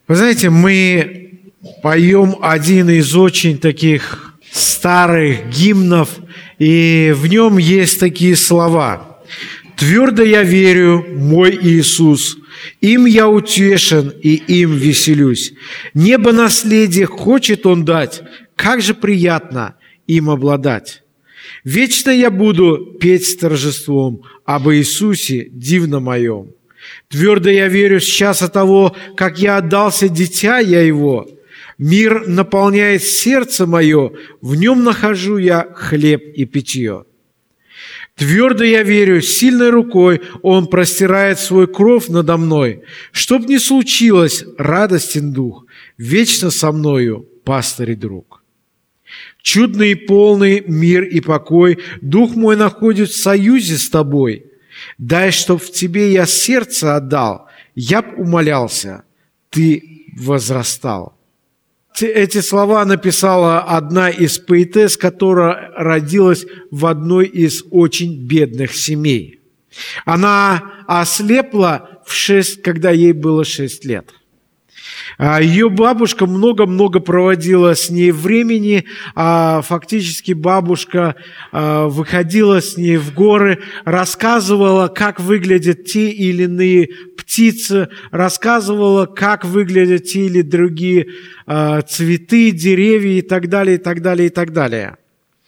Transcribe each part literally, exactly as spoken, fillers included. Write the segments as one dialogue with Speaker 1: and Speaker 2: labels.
Speaker 1: Вы знаете, мы поем один из очень таких старых гимнов, и в нем есть такие слова. «Твердо я верю, мой Иисус, им я утешен и им веселюсь. Небо наследие хочет Он дать, как же приятно им обладать. Вечно я буду петь с торжеством об Иисусе дивно моем. Твердо я верю с часа того, как я отдался дитя я Его. Мир наполняет сердце мое, в нем нахожу я хлеб и питье. Твердо я верю, сильной рукой Он простирает свой кров надо мной. Чтоб ни случилось, радостен дух, вечно со мною пастырь и друг. Чудный и полный мир и покой дух мой находит в союзе с тобой. Дай, чтоб в тебе я сердце отдал, я б умолялся, ты возрастал». Эти слова написала одна из поэтесс, которая родилась в одной из очень бедных семей. Она ослепла в шесть, когда ей было шесть лет. Ее бабушка много-много проводила с ней времени, а фактически бабушка выходила с ней в горы, рассказывала, как выглядят те или иные птицы, рассказывала, как выглядят те или другие цветы, деревья и так далее, и так далее, и так далее.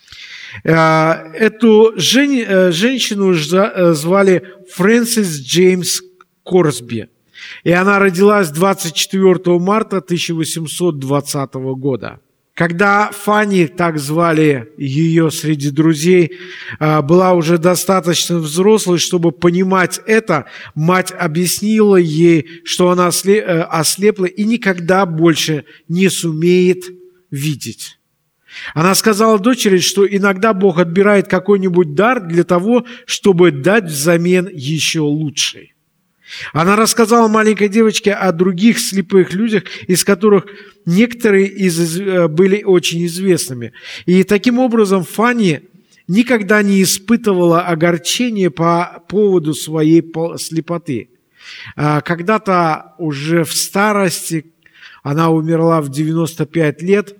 Speaker 1: Эту жен... женщину звали Фрэнсис Джеймс Корсби. И она родилась двадцать четвёртого марта тысяча восемьсот двадцатого года. Когда Фанни, так звали ее среди друзей, была уже достаточно взрослой, чтобы понимать это, мать объяснила ей, что она ослепла и никогда больше не сумеет видеть. Она сказала дочери, что иногда Бог отбирает какой-нибудь дар для того, чтобы дать взамен еще лучший. Она рассказала маленькой девочке о других слепых людях, из которых некоторые из, были очень известными. И таким образом Фанни никогда не испытывала огорчения по поводу своей слепоты. Когда-то уже в старости, она умерла в девяносто пять лет,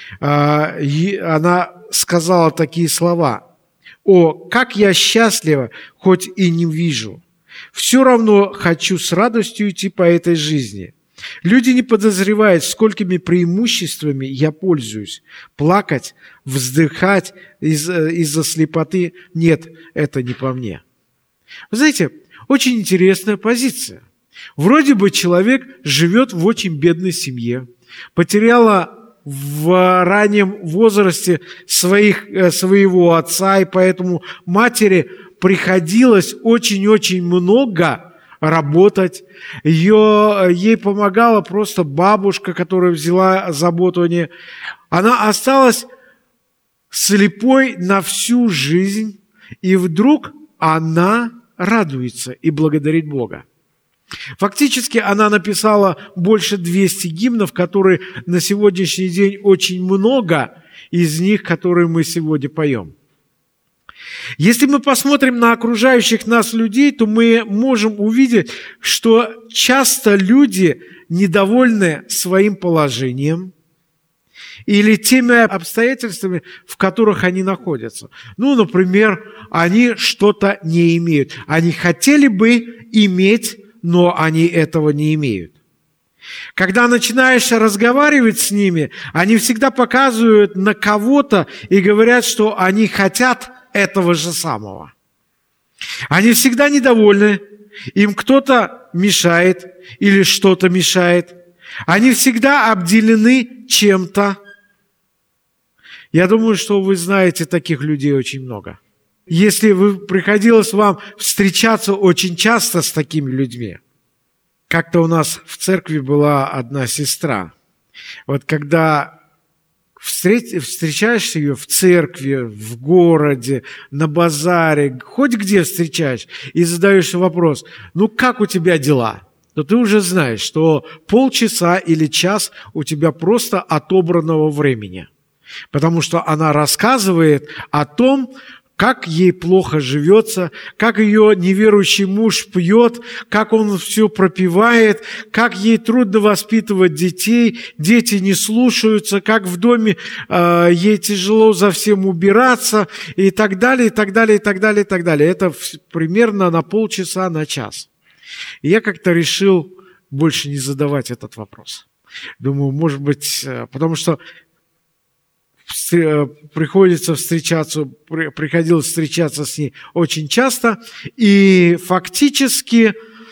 Speaker 1: она сказала такие слова: «О, как я счастлива, хоть и не вижу! Все равно хочу с радостью идти по этой жизни. Люди не подозревают, сколькими преимуществами я пользуюсь. Плакать, вздыхать из- из-за слепоты – нет, это не по мне». Вы знаете, очень интересная позиция. Вроде бы человек живет в очень бедной семье, потеряла в раннем возрасте своих, своего отца, и поэтому матери приходилось очень-очень много работать. Ее, ей помогала просто бабушка, которая взяла заботу о ней. Она осталась слепой на всю жизнь, и вдруг она радуется и благодарит Бога. Фактически она написала больше двухсот гимнов, которые на сегодняшний день очень много из них, которые мы сегодня поем. Если мы посмотрим на окружающих нас людей, то мы можем увидеть, что часто люди недовольны своим положением или теми обстоятельствами, в которых они находятся. Ну, например, они что-то не имеют. Они хотели бы иметь, но они этого не имеют. Когда начинаешь разговаривать с ними, они всегда показывают на кого-то и говорят, что они хотят этого же самого. Они всегда недовольны, им кто-то мешает или что-то мешает. Они всегда обделены чем-то. Я думаю, что вы знаете таких людей очень много. Если вы, приходилось вам встречаться очень часто с такими людьми. Как-то у нас в церкви была одна сестра. Вот когда встреч, встречаешь ее в церкви, в городе, на базаре, хоть где встречаешь, и задаешь вопрос: ну как у тебя дела? То ты уже знаешь, что полчаса или час у тебя просто отобранного времени. Потому что она рассказывает о том, как ей плохо живется, как ее неверующий муж пьет, как он все пропивает, как ей трудно воспитывать детей, дети не слушаются, как в доме э, ей тяжело за всем убираться и так далее, и так далее, и так далее, и так далее. Это примерно на полчаса, на час. И я как-то решил больше не задавать этот вопрос. Думаю, может быть, потому что приходится встречаться, приходилось встречаться с ней очень часто, и фактически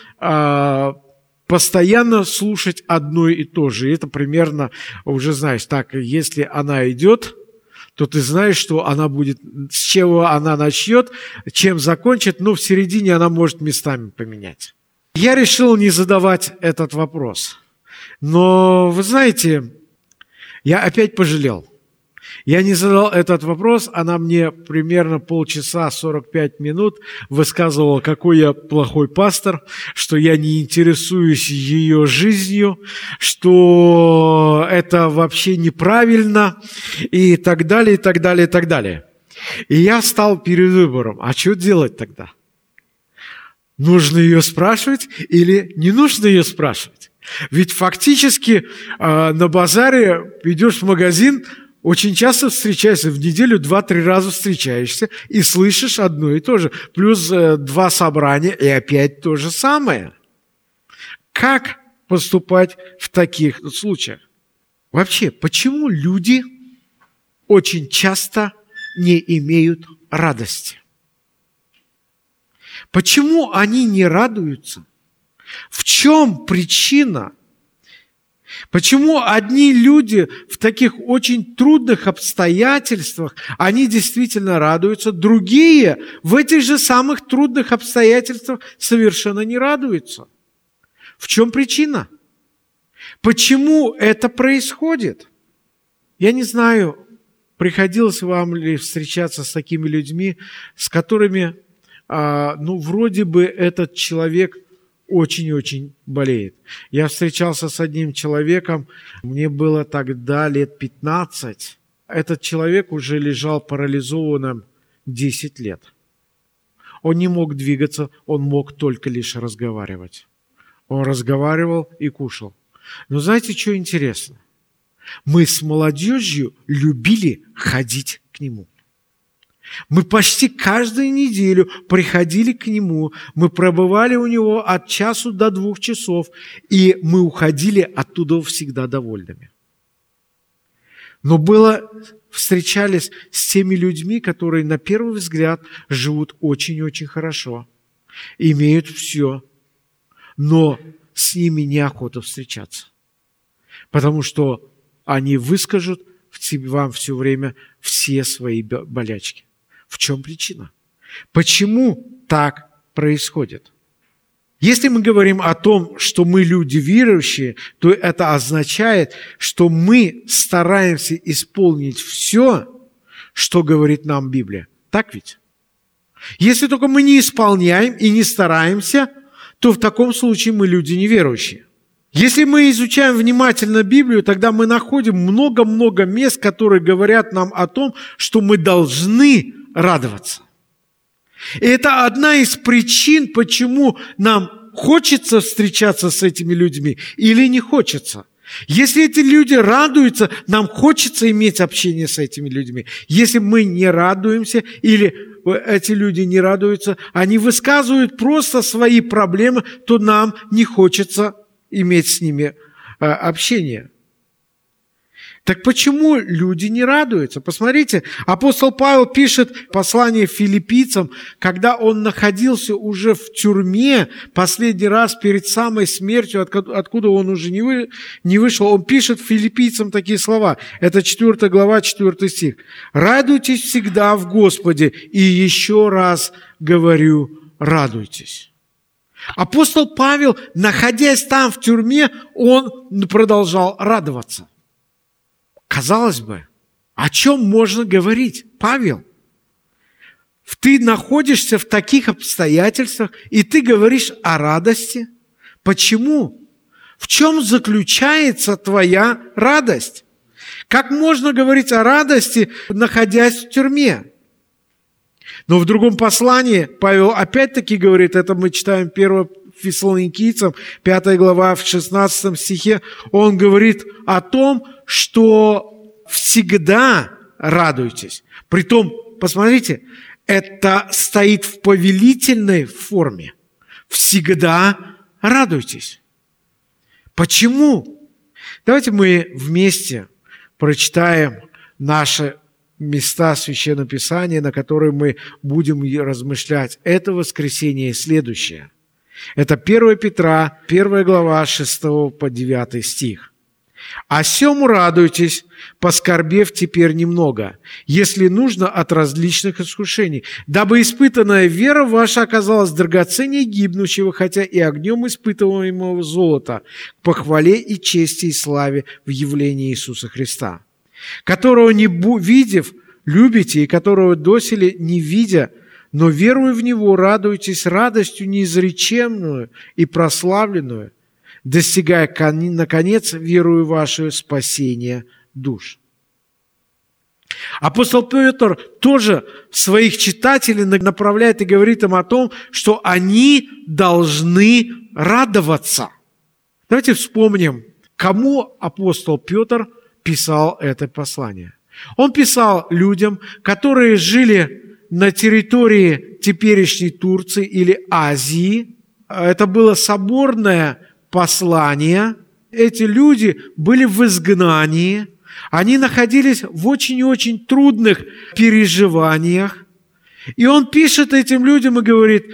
Speaker 1: постоянно слушать одно и то же. И это примерно, уже знаешь, так, если она идет, то ты знаешь, что она будет, с чего она начнет, чем закончит, но в середине она может местами поменять. Я решил не задавать этот вопрос. Но, вы знаете, я опять пожалел. Я не задал этот вопрос, она мне примерно полчаса, сорок пять минут высказывала, какой я плохой пастор, что я не интересуюсь ее жизнью, что это вообще неправильно, и так далее, и так далее, и так далее. И я стал перед выбором, а что делать тогда? Нужно ее спрашивать или не нужно ее спрашивать? Ведь фактически э, на базаре идешь в магазин, очень часто встречаешься, в неделю два-три раза встречаешься и слышишь одно и то же. Плюс э, два собрания и опять то же самое. Как поступать в таких случаях? Вообще, почему люди очень часто не имеют радости? Почему они не радуются? В чем причина? Почему одни люди в таких очень трудных обстоятельствах, они действительно радуются, другие в этих же самых трудных обстоятельствах совершенно не радуются? В чем причина? Почему это происходит? Я не знаю, приходилось вам ли встречаться с такими людьми, с которыми, ну, вроде бы этот человек очень-очень болеет. Я встречался с одним человеком, мне было тогда лет пятнадцать. Этот человек уже лежал парализованным десять лет. Он не мог двигаться, он мог только лишь разговаривать. Он разговаривал и кушал. Но знаете, что интересно? Мы с молодежью любили ходить к нему. Мы почти каждую неделю приходили к нему, мы пробывали у него от часу до двух часов, и мы уходили оттуда всегда довольными. Но было, встречались с теми людьми, которые на первый взгляд живут очень-очень хорошо, имеют все, но с ними неохота встречаться, потому что они выскажут вам все время все свои болячки. В чем причина? Почему так происходит? Если мы говорим о том, что мы люди верующие, то это означает, что мы стараемся исполнить все, что говорит нам Библия. Так ведь? Если только мы не исполняем и не стараемся, то в таком случае мы люди неверующие. Если мы изучаем внимательно Библию, тогда мы находим много-много мест, которые говорят нам о том, что мы должны радоваться. И это одна из причин, почему нам хочется встречаться с этими людьми или не хочется. Если эти люди радуются, нам хочется иметь общение с этими людьми. Если мы не радуемся или эти люди не радуются, они высказывают просто свои проблемы, то нам не хочется иметь с ними общение. Так почему люди не радуются? Посмотрите, апостол Павел пишет послание филиппийцам, когда он находился уже в тюрьме, последний раз перед самой смертью, откуда он уже не, вы, не вышел, он пишет филиппийцам такие слова. Это четвёртая глава, четвёртый стих. «Радуйтесь всегда в Господе, и еще раз говорю, радуйтесь». Апостол Павел, находясь там в тюрьме, он продолжал радоваться. Казалось бы, о чем можно говорить? Павел, ты находишься в таких обстоятельствах, и ты говоришь о радости. Почему? В чем заключается твоя радость? Как можно говорить о радости, находясь в тюрьме? Но в другом послании Павел опять-таки говорит, это мы читаем первое Фессалоникийцам, пятая глава, в шестнадцатом стихе, он говорит о том, что всегда радуйтесь. Притом, посмотрите, это стоит в повелительной форме. Всегда радуйтесь. Почему? Давайте мы вместе прочитаем наши места Священного Писания, на которые мы будем размышлять. Это воскресенье и следующее. Это первое Петра, первая глава, шестого по девятый стих. «О сем радуйтесь, поскорбев теперь немного, если нужно от различных искушений, дабы испытанная вера ваша оказалась драгоценнее гибнущего, хотя и огнем испытываемого золота, к похвале и чести и славе в явлении Иисуса Христа, которого не видев, любите, и которого доселе не видя, но веруя в Него, радуйтесь радостью неизреченную и прославленную, достигая, наконец, верую вашу спасение душ». Апостол Петр тоже своих читателей направляет и говорит им о том, что они должны радоваться. Давайте вспомним, кому апостол Петр писал это послание. Он писал людям, которые жили на территории теперешней Турции или Азии. Это было соборное послание. Эти люди были в изгнании. Они находились в очень и очень трудных переживаниях. И он пишет этим людям и говорит: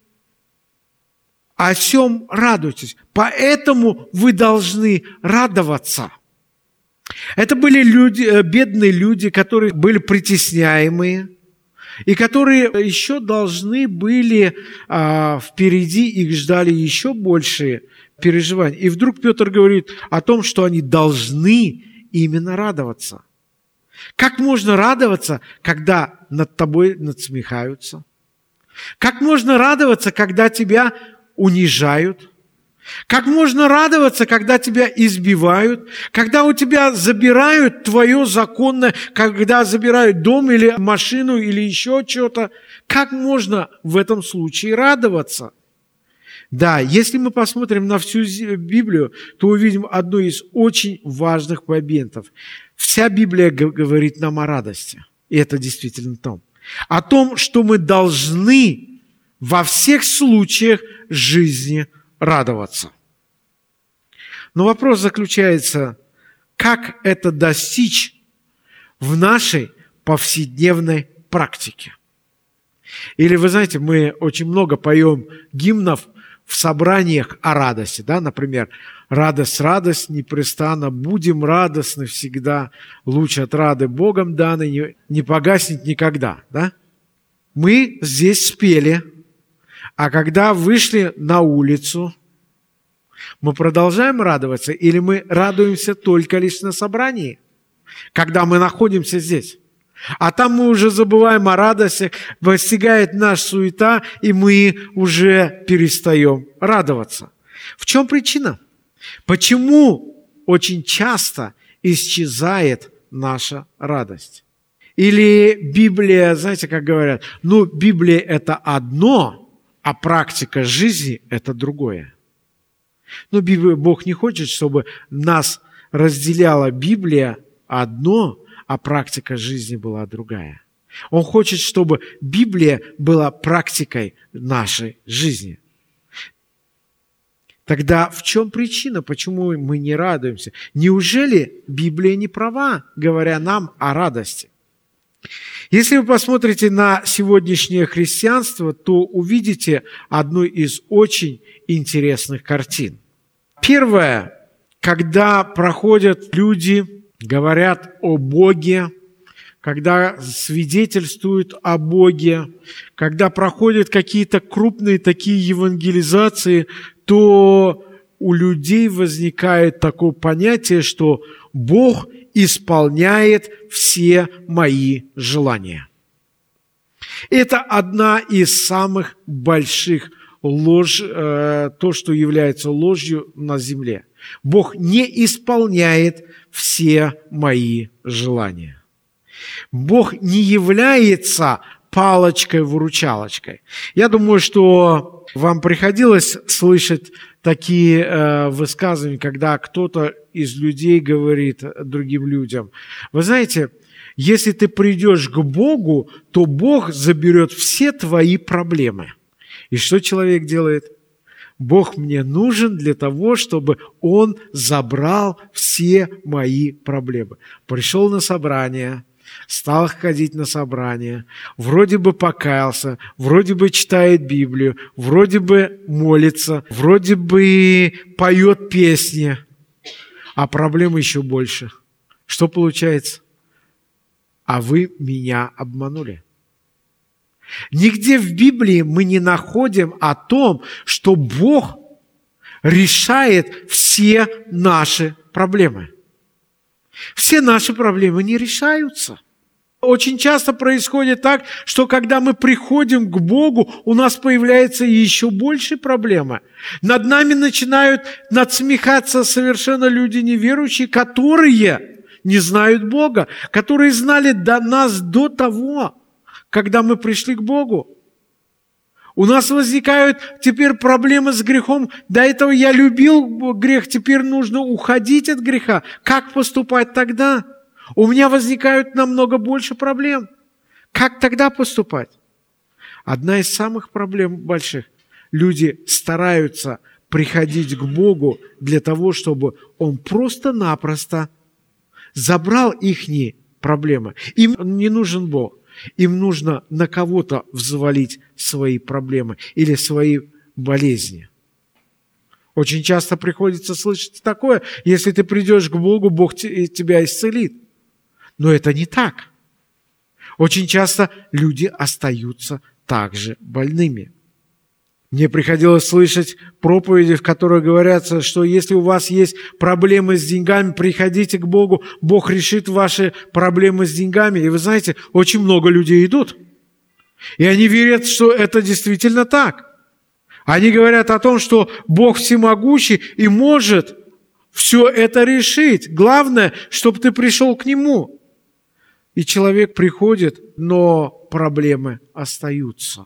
Speaker 1: «О сем радуйтесь, поэтому вы должны радоваться». Это были люди, бедные люди, которые были притесняемые, и которые еще должны были, а, впереди их ждали еще большие переживания. И вдруг Петр говорит о том, что они должны именно радоваться. Как можно радоваться, когда над тобой надсмехаются? Как можно радоваться, когда тебя унижают? Как можно радоваться, когда тебя избивают, когда у тебя забирают твое законное, когда забирают дом или машину или еще что-то? Как можно в этом случае радоваться? Да, если мы посмотрим на всю Библию, то увидим одну из очень важных моментов. Вся Библия говорит нам о радости, и это действительно том. О том, что мы должны во всех случаях жизни радоваться. Но вопрос заключается, как это достичь в нашей повседневной практике. Или, вы знаете, мы очень много поем гимнов в собраниях о радости. Да? Например, «Радость, радость, непрестанно, будем радостны всегда, луч отрады Богом данный, не, не погаснет никогда». Да? Мы здесь спели, а когда вышли на улицу, мы продолжаем радоваться или мы радуемся только лишь на собрании, когда мы находимся здесь? А там мы уже забываем о радости, постигает наша суета, и мы уже перестаем радоваться. В чем причина? Почему очень часто исчезает наша радость? Или Библия, знаете, как говорят, ну, Библия – это одно, а практика жизни – это другое. Но Библия, Бог не хочет, чтобы нас разделяла Библия одно, а практика жизни была другая. Он хочет, чтобы Библия была практикой нашей жизни. Тогда в чем причина, почему мы не радуемся? Неужели Библия не права, говоря нам о радости? Если вы посмотрите на сегодняшнее христианство, то увидите одну из очень интересных картин. Первое, когда проходят люди, говорят о Боге, когда свидетельствуют о Боге, когда проходят какие-то крупные такие евангелизации, то у людей возникает такое понятие, что Бог исполняет все мои желания. Это одна из самых больших ложь, э, то, что является ложью на земле. Бог не исполняет все мои желания. Бог не является палочкой-выручалочкой. Я думаю, что вам приходилось слышать такие э, высказывания, когда кто-то из людей говорит другим людям: вы знаете, если ты придешь к Богу, то Бог заберет все твои проблемы. И что человек делает? Бог мне нужен для того, чтобы Он забрал все мои проблемы. Пришел на собрание, стал ходить на собрание, вроде бы покаялся, вроде бы читает Библию, вроде бы молится, вроде бы поет песни, а проблем еще больше. Что получается? А вы меня обманули. Нигде в Библии мы не находим о том, что Бог решает все наши проблемы. Все наши проблемы не решаются. Очень часто происходит так, что когда мы приходим к Богу, у нас появляются еще больше проблемы. Над нами начинают надсмехаться совершенно люди неверующие, которые не знают Бога, которые знали до нас до того, когда мы пришли к Богу. У нас возникают теперь проблемы с грехом. До этого я любил грех, теперь нужно уходить от греха. Как поступать тогда? У меня возникают намного больше проблем. Как тогда поступать? Одна из самых проблем больших. Люди стараются приходить к Богу для того, чтобы Он просто-напросто забрал ихние проблемы. Им не нужен Бог. Им нужно на кого-то взвалить свои проблемы или свои болезни. Очень часто приходится слышать такое: если ты придешь к Богу, Бог тебя исцелит. Но это не так. Очень часто люди остаются также больными. Мне приходилось слышать проповеди, в которых говорятся, что если у вас есть проблемы с деньгами, приходите к Богу, Бог решит ваши проблемы с деньгами. И вы знаете, очень много людей идут. И они верят, что это действительно так. Они говорят о том, что Бог всемогущий и может все это решить. Главное, чтобы ты пришел к Нему. И человек приходит, но проблемы остаются.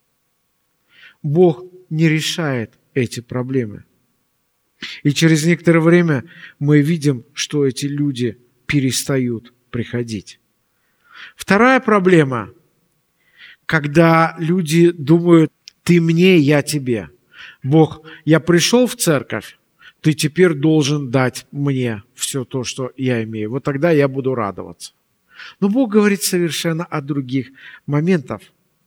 Speaker 1: Бог не решает эти проблемы. И через некоторое время мы видим, что эти люди перестают приходить. Вторая проблема, когда люди думают: ты мне, я тебе. Бог, я пришел в церковь, ты теперь должен дать мне все то, что я имею. Вот тогда я буду радоваться. Но Бог говорит совершенно о других моментах.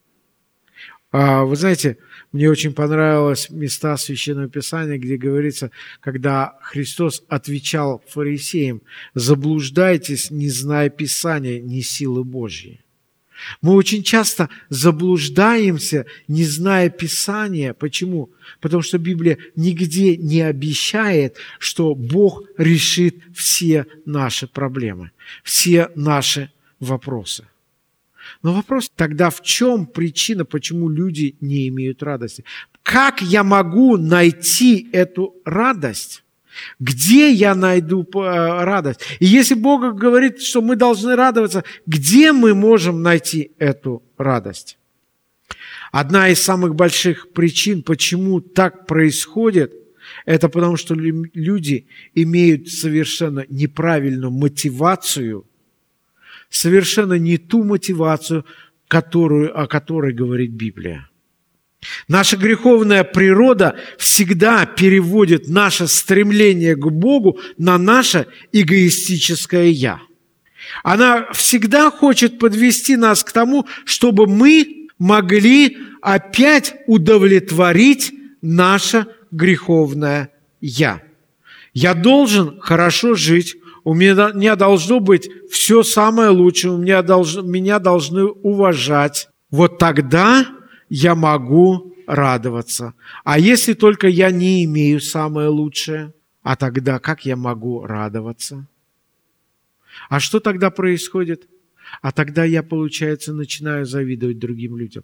Speaker 1: Вы знаете, мне очень понравились места Священного Писания, где говорится, когда Христос отвечал фарисеям: заблуждайтесь, не зная Писания, ни силы Божьей. Мы очень часто заблуждаемся, не зная Писания. Почему? Потому что Библия нигде не обещает, что Бог решит все наши проблемы, все наши вопросы. Но вопрос тогда: в чем причина, почему люди не имеют радости? Как я могу найти эту радость? Где я найду радость? И если Бог говорит, что мы должны радоваться, где мы можем найти эту радость? Одна из самых больших причин, почему так происходит, это потому, что люди имеют совершенно неправильную мотивацию, совершенно не ту мотивацию, которую, о которой говорит Библия. Наша греховная природа всегда переводит наше стремление к Богу на наше эгоистическое «я». Она всегда хочет подвести нас к тому, чтобы мы могли опять удовлетворить наше греховное «я». Я должен хорошо жить, у меня должно быть все самое лучшее, у меня, долж, меня должны уважать. Вот тогда я могу радоваться. А если только я не имею самое лучшее, а тогда как я могу радоваться? А что тогда происходит? А тогда я, получается, начинаю завидовать другим людям.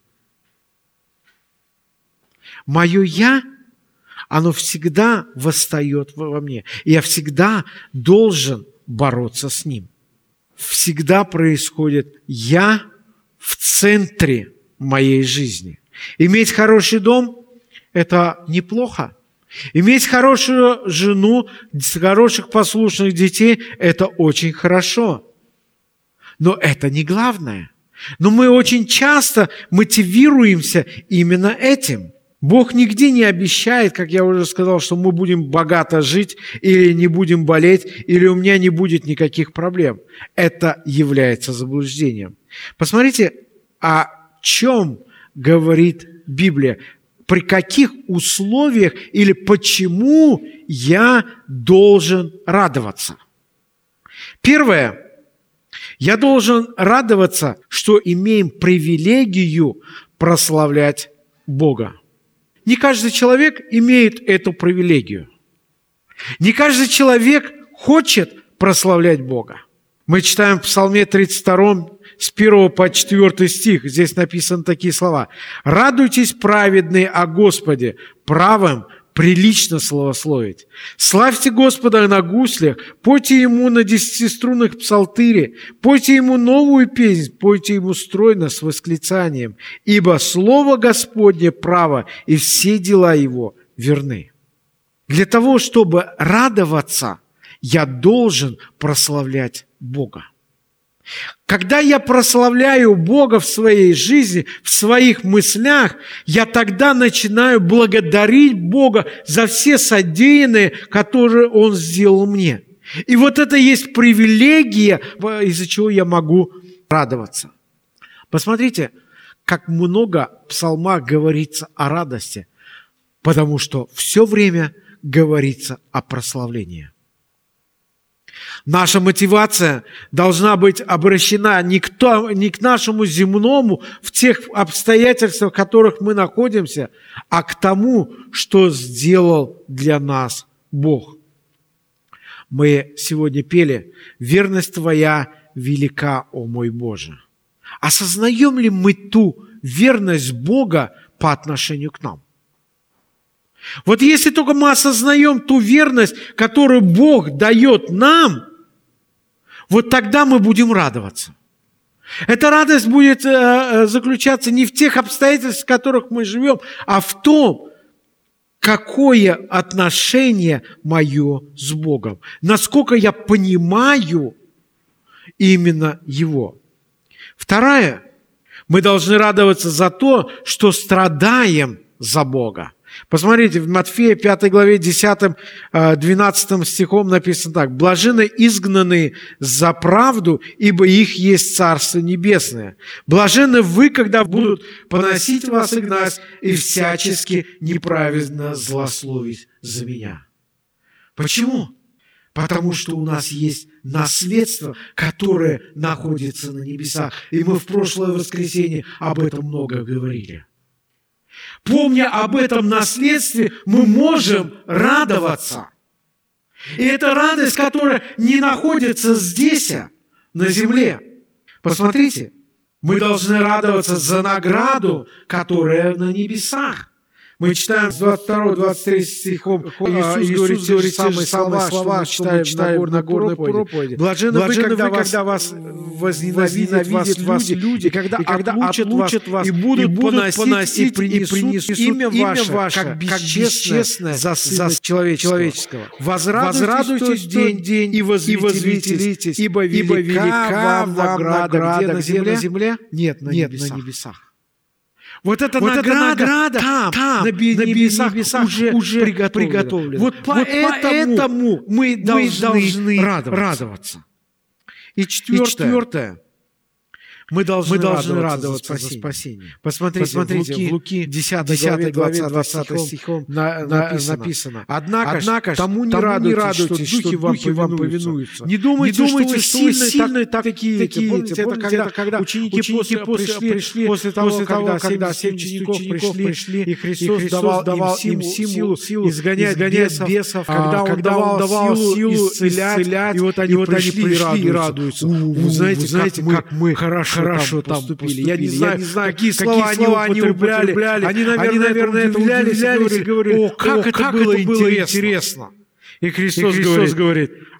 Speaker 1: Мое «я», оно всегда восстает во мне. И я всегда должен бороться с ним. Всегда происходит «я» в центре моей жизни. Иметь хороший дом – это неплохо. Иметь хорошую жену, хороших послушных детей – это очень хорошо. Но это не главное. Но мы очень часто мотивируемся именно этим. Бог нигде не обещает, как я уже сказал, что мы будем богато жить, или не будем болеть, или у меня не будет никаких проблем. Это является заблуждением. Посмотрите, о чем говорит Библия, при каких условиях или почему я должен радоваться. Первое. Я должен радоваться, что имеем привилегию прославлять Бога. Не каждый человек имеет эту привилегию. Не каждый человек хочет прославлять Бога. Мы читаем в Псалме тридцать втором с первого по четвёртый стих. Здесь написаны такие слова. «Радуйтесь, праведные, о Господе, правым прилично славословить. Славьте Господа на гуслях, пойте Ему на десятиструнных псалтыре, пойте Ему новую песнь, пойте Ему стройно с восклицанием, ибо Слово Господне право, и все дела Его верны». Для того, чтобы радоваться, я должен прославлять Бога. Когда я прославляю Бога в своей жизни, в своих мыслях, я тогда начинаю благодарить Бога за все содеянные, которые Он сделал мне. И вот это есть привилегия, из-за чего я могу радоваться. Посмотрите, как много в псалмах говорится о радости, потому что все время говорится о прославлении. Наша мотивация должна быть обращена не к, то, не к нашему земному, в тех обстоятельствах, в которых мы находимся, а к тому, что сделал для нас Бог. Мы сегодня пели «Верность Твоя велика, о мой Боже». Осознаем ли мы ту верность Бога по отношению к нам? Вот если только мы осознаем ту верность, которую Бог дает нам, вот тогда мы будем радоваться. Эта радость будет э, заключаться не в тех обстоятельствах, в которых мы живем, а в том, какое отношение мое с Богом, насколько я понимаю именно Его. Второе, мы должны радоваться за то, что страдаем за Бога. Посмотрите, в Матфея пятой главе десятым-двенадцатым стихом написано так. «Блаженны изгнанные за правду, ибо их есть Царство Небесное. Блаженны вы, когда будут поносить вас и гнать, и всячески неправедно злословить за меня». Почему? Потому что у нас есть наследство, которое находится на небесах. И мы в прошлое воскресенье об этом много говорили. Помня об этом наследстве, мы можем радоваться. И это радость, которая не находится здесь, на земле. Посмотрите, мы должны радоваться за награду, которая на небесах. Мы читаем с двадцать второго двадцать третьего стихом, Иисус, Иисус говорит те же самые слова, что мы читаем на Нагорной проповеди. «Блаженны вы, когда, вы, когда вас возненавидят вас, вас люди, и когда, и когда отлучат, отлучат вас, и будут, и будут поносить, поносить, и принесут, и принесут имя, ваше, ваше, как бесчестное за Сына Человеческого. Возрадуйтесь в день, день и возвеселитесь, ибо велика вам награда». Где на земле? земле? Нет, на Нет, небесах. На небесах. Вот эта вот награда, награда там, там, на небесах, небесах уже, уже приготовлена. приготовлена. Вот, вот поэтому мы должны, должны радоваться. радоваться. И четвертое. И четвертое. Мы должны, мы должны радоваться, радоваться за спасение. Посмотрите, Посмотрите в Луки десятой главе двадцатым стихом на, написано. написано. Однако, Однако тому не тому радуйтесь, что духи вам повинуются. Не думайте, не думайте что вы сильные так, такие, такие. Помните, это, помните, когда, когда ученики, ученики после, пришли, пришли, после того, после того когда, когда семь учеников пришли, пришли, и Христос, и Христос давал, давал им силу, силу изгонять, изгонять бесов, когда Он давал, давал силу исцелять, и вот они, вот пришли и радуются. Вы знаете, как мы хорошо Хорошо там поступили. Я не знаю, я не знаю какие, какие слова, слова они употребляли. употребляли. Они, наверное, они, наверное это удивлялись, удивлялись и говорили, о, как, о, это, как было это было интересно. интересно. И Христос, и Христос говорит,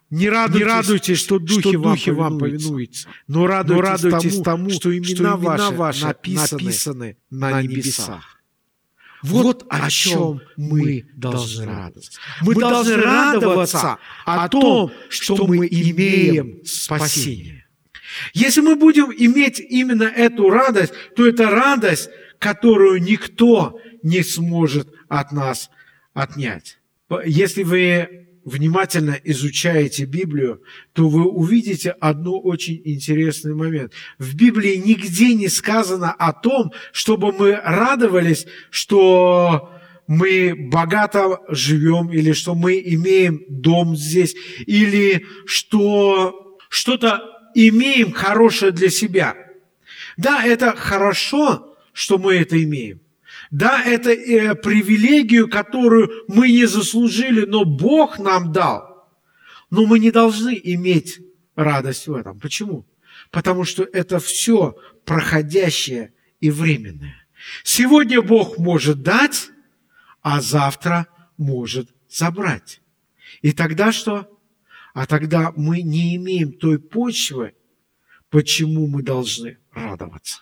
Speaker 1: Не радуйтесь,
Speaker 2: не радуйтесь, что духи,
Speaker 1: что
Speaker 2: вам,
Speaker 1: духи вам
Speaker 2: повинуются,
Speaker 1: повинуются, но радуйтесь,
Speaker 2: но радуйтесь
Speaker 1: тому,
Speaker 2: тому,
Speaker 1: что имена,
Speaker 2: что имена
Speaker 1: ваши,
Speaker 2: ваши
Speaker 1: написаны,
Speaker 2: написаны
Speaker 1: на,
Speaker 2: на
Speaker 1: небесах.
Speaker 2: небесах.
Speaker 1: Вот о чем мы должны радоваться. Мы должны радоваться о том, что мы имеем спасение. Если мы будем иметь именно эту радость, то это радость, которую никто не сможет от нас отнять. Если вы внимательно изучаете Библию, то вы увидите одну очень интересный момент. В Библии нигде не сказано о том, чтобы мы радовались, что мы богато живем, или что мы имеем дом здесь, или что что-то имеем хорошее для себя. Да, это хорошо, что мы это имеем. Да, это э, привилегию, которую мы не заслужили, но Бог нам дал. Но мы не должны иметь радость в этом. Почему? Потому что это все проходящее и временное. Сегодня Бог может дать, а завтра может забрать. И тогда что? А тогда мы не имеем той почвы, почему мы должны радоваться.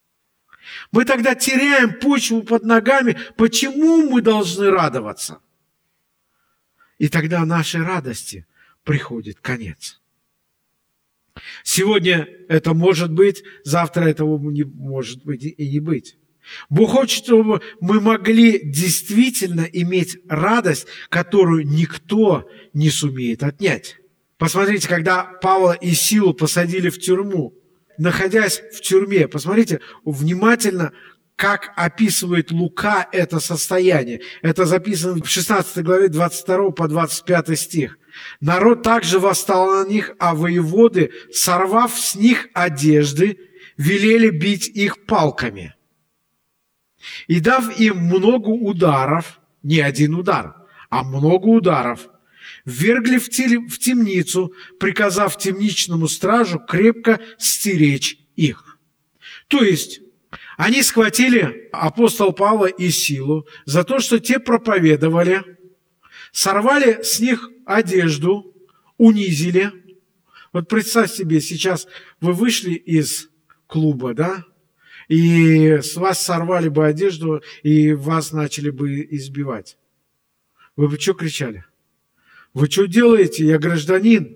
Speaker 1: Мы тогда теряем почву под ногами, почему мы должны радоваться. И тогда нашей радости приходит конец. Сегодня это может быть, завтра этого не может быть и не быть. Бог хочет, чтобы мы могли действительно иметь радость, которую никто не сумеет отнять. Посмотрите, когда Павла и Силу посадили в тюрьму, находясь в тюрьме, посмотрите внимательно, как описывает Лука это состояние. Это записано в шестнадцатой главе двадцать второй по двадцать пятый стих. «Народ также восстал на них, а воеводы, сорвав с них одежды, велели бить их палками. И дав им много ударов, не один удар, а много ударов, ввергли в темницу, приказав темничному стражу крепко стеречь их». То есть, они схватили апостола Павла и Силу за то, что те проповедовали, сорвали с них одежду, унизили. Вот представь себе, сейчас вы вышли из клуба, да, и с вас сорвали бы одежду, и вас начали бы избивать. Вы бы что кричали? Вы что делаете? Я гражданин.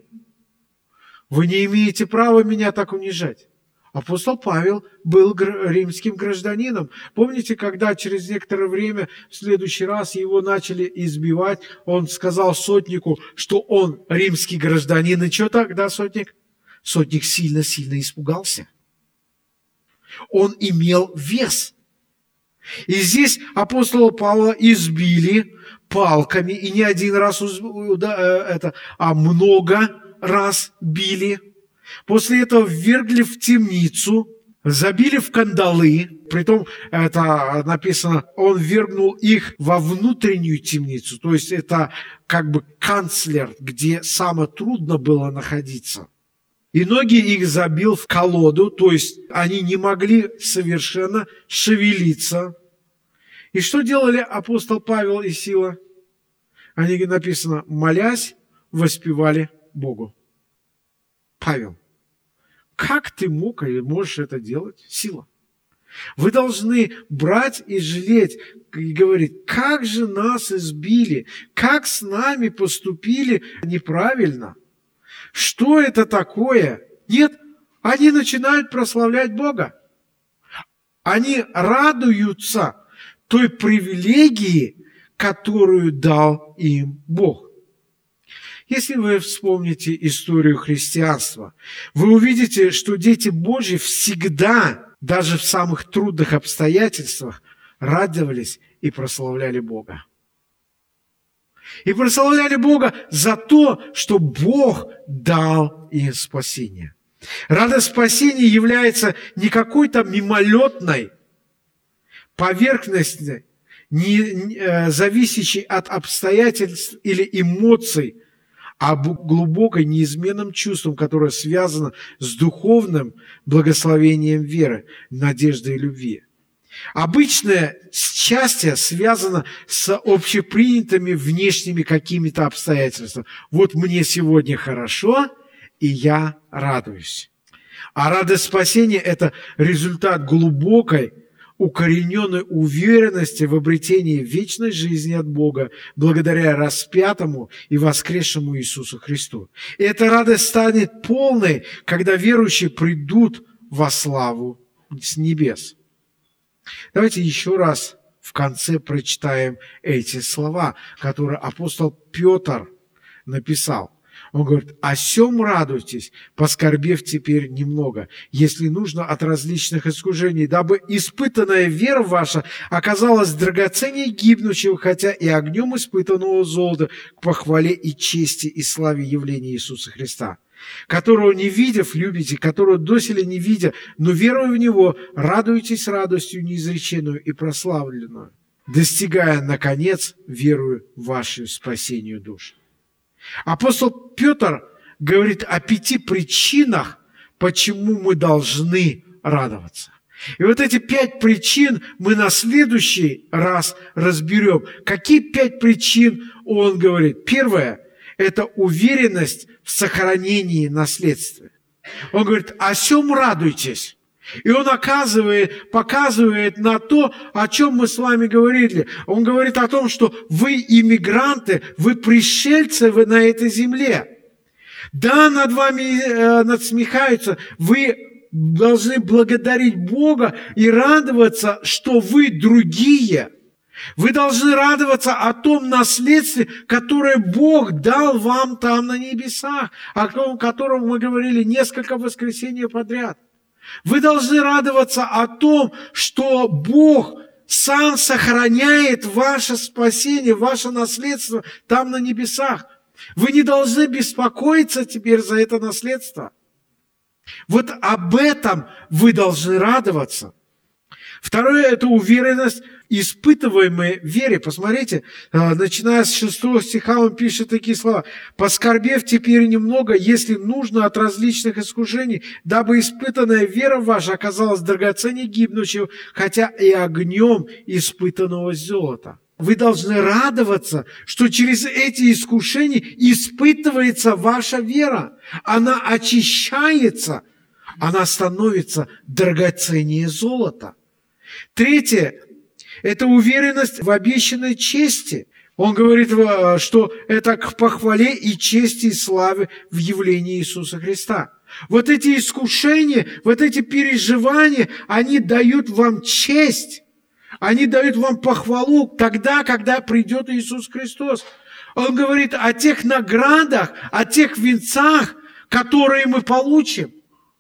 Speaker 1: Вы не имеете права меня так унижать. Апостол Павел был римским гражданином. Помните, когда через некоторое время, в следующий раз его начали избивать, он сказал сотнику, что он римский гражданин. И что тогда сотник? Сотник сильно-сильно испугался. Он имел вес. И здесь апостола Павла избили палками, и не один раз, это, а много раз били. После этого ввергли в темницу, забили в кандалы. Притом, это написано, он ввергнул их во внутреннюю темницу. То есть, это как бы канцлер, где самое трудно было находиться. И ноги их забил в колоду, то есть, они не могли совершенно шевелиться. И что делали апостол Павел и Сила? Они, написано, молясь, воспевали Богу. Павел, как ты мог или можешь это делать? Сила. Вы должны брать и жалеть, и говорить, как же нас избили, как с нами поступили неправильно. Что это такое? Нет, они начинают прославлять Бога. Они радуются той привилегии, которую дал им Бог. Если вы вспомните историю христианства, вы увидите, что дети Божьи всегда, даже в самых трудных обстоятельствах, радовались и прославляли Бога. И прославляли Бога за то, что Бог дал им спасение. Радость спасения является не какой-то мимолетной, поверхностной, не зависящей от обстоятельств или эмоций, а глубокой, неизменным чувством, которое связано с духовным благословением веры, надежды и любви. Обычное счастье связано с общепринятыми внешними какими-то обстоятельствами. Вот мне сегодня хорошо, и я радуюсь. А радость спасения – это результат глубокой, укорененной уверенности в обретении вечной жизни от Бога благодаря распятому и воскресшему Иисусу Христу. И эта радость станет полной, когда верующие придут во славу с небес. Давайте еще раз в конце прочитаем эти слова, которые апостол Петр написал. Он говорит: «О сем радуйтесь, поскорбев теперь немного, если нужно от различных искушений, дабы испытанная вера ваша оказалась драгоценнее гибнущего, хотя и огнем испытанного золота, к похвале и чести и славе явления Иисуса Христа, которого не видев, любите, которого доселе не видя, но веруя в Него, радуйтесь радостью неизреченную и прославленную, достигая, наконец, верую в ваше спасению душ». Апостол Петр говорит о пяти причинах, почему мы должны радоваться. И вот эти пять причин мы на следующий раз разберем. Какие пять причин он говорит? Первое – это уверенность в сохранении наследства. Он говорит: «О сем радуйтесь». И он оказывает, показывает на то, о чем мы с вами говорили. Он говорит о том, что вы иммигранты, вы пришельцы вы на этой земле. Да, над вами э, надсмехаются, вы должны благодарить Бога и радоваться, что вы другие. Вы должны радоваться о том наследстве, которое Бог дал вам там на небесах, о котором мы говорили несколько воскресений подряд. Вы должны радоваться о том, что Бог сам сохраняет ваше спасение, ваше наследство там на небесах. Вы не должны беспокоиться теперь за это наследство. Вот об этом вы должны радоваться. Второе – это уверенность, испытываемой в вере. Посмотрите, начиная с шестого стиха он пишет такие слова: «Поскорбев теперь немного, если нужно, от различных искушений, дабы испытанная вера ваша оказалась драгоценнее гибнущего, хотя и огнем испытанного золота». Вы должны радоваться, что через эти искушения испытывается ваша вера. Она очищается, она становится драгоценнее золота. Третье – это уверенность в обещанной чести. Он говорит, что это к похвале и чести и славе в явлении Иисуса Христа. Вот эти искушения, вот эти переживания, они дают вам честь, они дают вам похвалу тогда, когда придет Иисус Христос. Он говорит о тех наградах, о тех венцах, которые мы получим.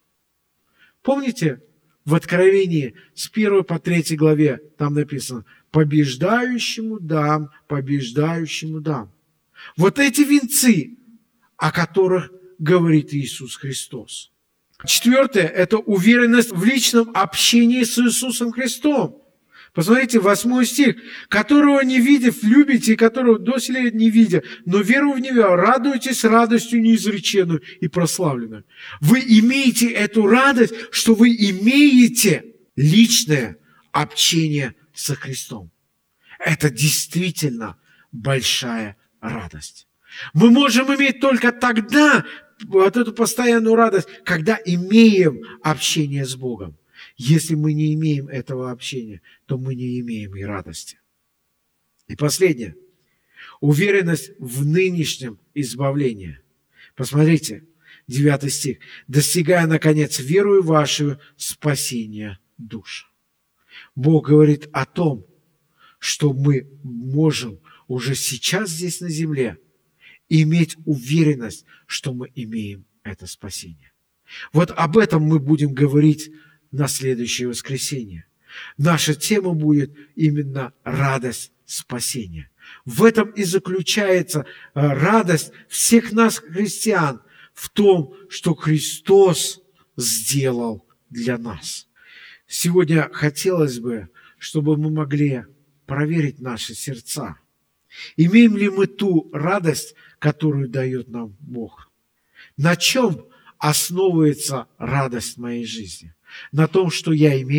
Speaker 1: Помните? В Откровении с первой по третьей главе там написано: «Побеждающему дам, побеждающему дам». Вот эти венцы, о которых говорит Иисус Христос. Четвертое – это уверенность в личном общении с Иисусом Христом. Посмотрите, восьмой стих. «Которого не видев, любите, и которого доселе не видя, но веру в Него радуйтесь радостью неизреченную и прославленную». Вы имеете эту радость, что вы имеете личное общение со Христом. Это действительно большая радость. Мы можем иметь только тогда вот эту постоянную радость, когда имеем общение с Богом. Если мы не имеем этого общения, то мы не имеем и радости. И последнее. Уверенность в нынешнем избавлении. Посмотрите, девятый стих. «Достигая, наконец, верою вашу спасения душ». Бог говорит о том, что мы можем уже сейчас здесь на земле иметь уверенность, что мы имеем это спасение. Вот об этом мы будем говорить на следующее воскресенье. Наша тема будет именно радость спасения. В этом и заключается радость всех нас, христиан, в том, что Христос сделал для нас. Сегодня хотелось бы, чтобы мы могли проверить наши сердца. Имеем ли мы ту радость, которую дает нам Бог? На чем основывается радость моей жизни? На том, что я имею,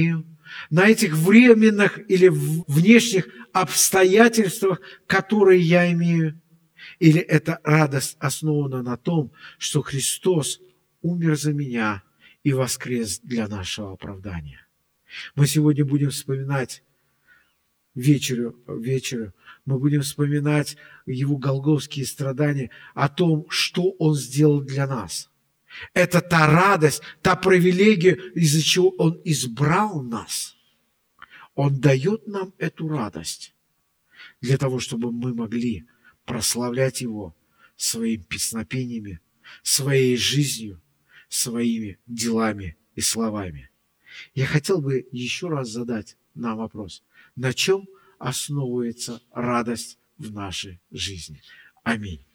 Speaker 1: на этих временных или внешних обстоятельствах, которые я имею? Или эта радость основана на том, что Христос умер за меня и воскрес для нашего оправдания? Мы сегодня будем вспоминать вечерю, вечерю, мы будем вспоминать Его голгофские страдания, о том, что Он сделал для нас. Это та радость, та привилегия, из-за чего Он избрал нас. Он дает нам эту радость для того, чтобы мы могли прославлять Его своими песнопениями, своей жизнью, своими делами и словами. Я хотел бы еще раз задать нам вопрос. На чем основывается радость в нашей жизни? Аминь.